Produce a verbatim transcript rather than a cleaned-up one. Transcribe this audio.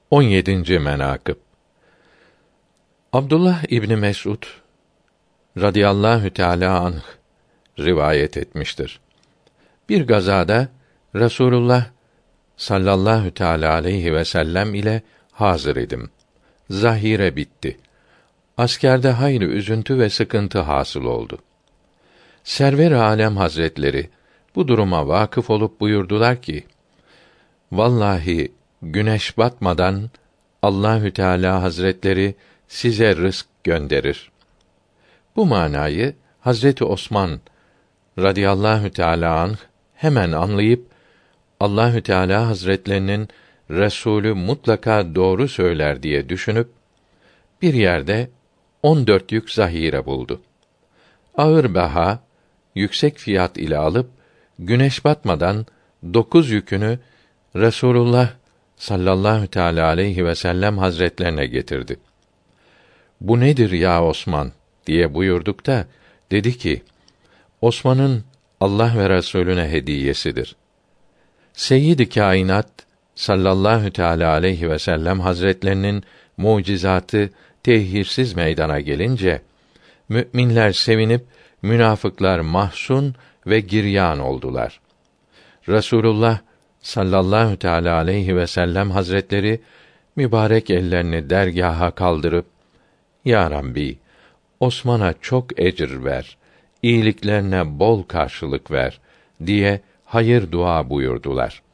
on yedinci menakıb Abdullah İbni Mes'ud radıyallahu teâlâ anh rivayet etmiştir. Bir gazada Resulullah sallallahu teâlâ aleyhi ve sellem ile hazır idim. Zahire bitti. Askerde hayli üzüntü ve sıkıntı hasıl oldu. Server-i Alem Hazretleri bu duruma vakıf olup buyurdular ki: Vallahi güneş batmadan Allahü Teala Hazretleri size rızk gönderir. Bu manayı Hazreti Osman radıyallahu teâlâ anh hemen anlayıp Allahü Teala Hazretlerinin Resulü mutlaka doğru söyler diye düşünüp bir yerde on dört yük zahire buldu. Ağır baha, yüksek fiyat ile alıp güneş batmadan dokuz yükünü Resulullah sallallahu teâlâ aleyhi ve sellem Hazretlerine getirdi. Bu nedir ya Osman diye buyurduk da dedi ki: Osman'ın Allah ve Resulüne hediyesidir. Seyyid-i Kainat sallallahu teâlâ aleyhi ve sellem Hazretlerinin mucizatı tehhirsiz meydana gelince müminler sevinip münafıklar mahzun ve giryan oldular. Resulullah sallallahu teâlâ aleyhi ve sellem Hazretleri mübarek ellerini dergâha kaldırıp Ya Rabbi, Osman'a çok ecir ver, iyiliklerine bol karşılık ver diye hayır dua buyurdular.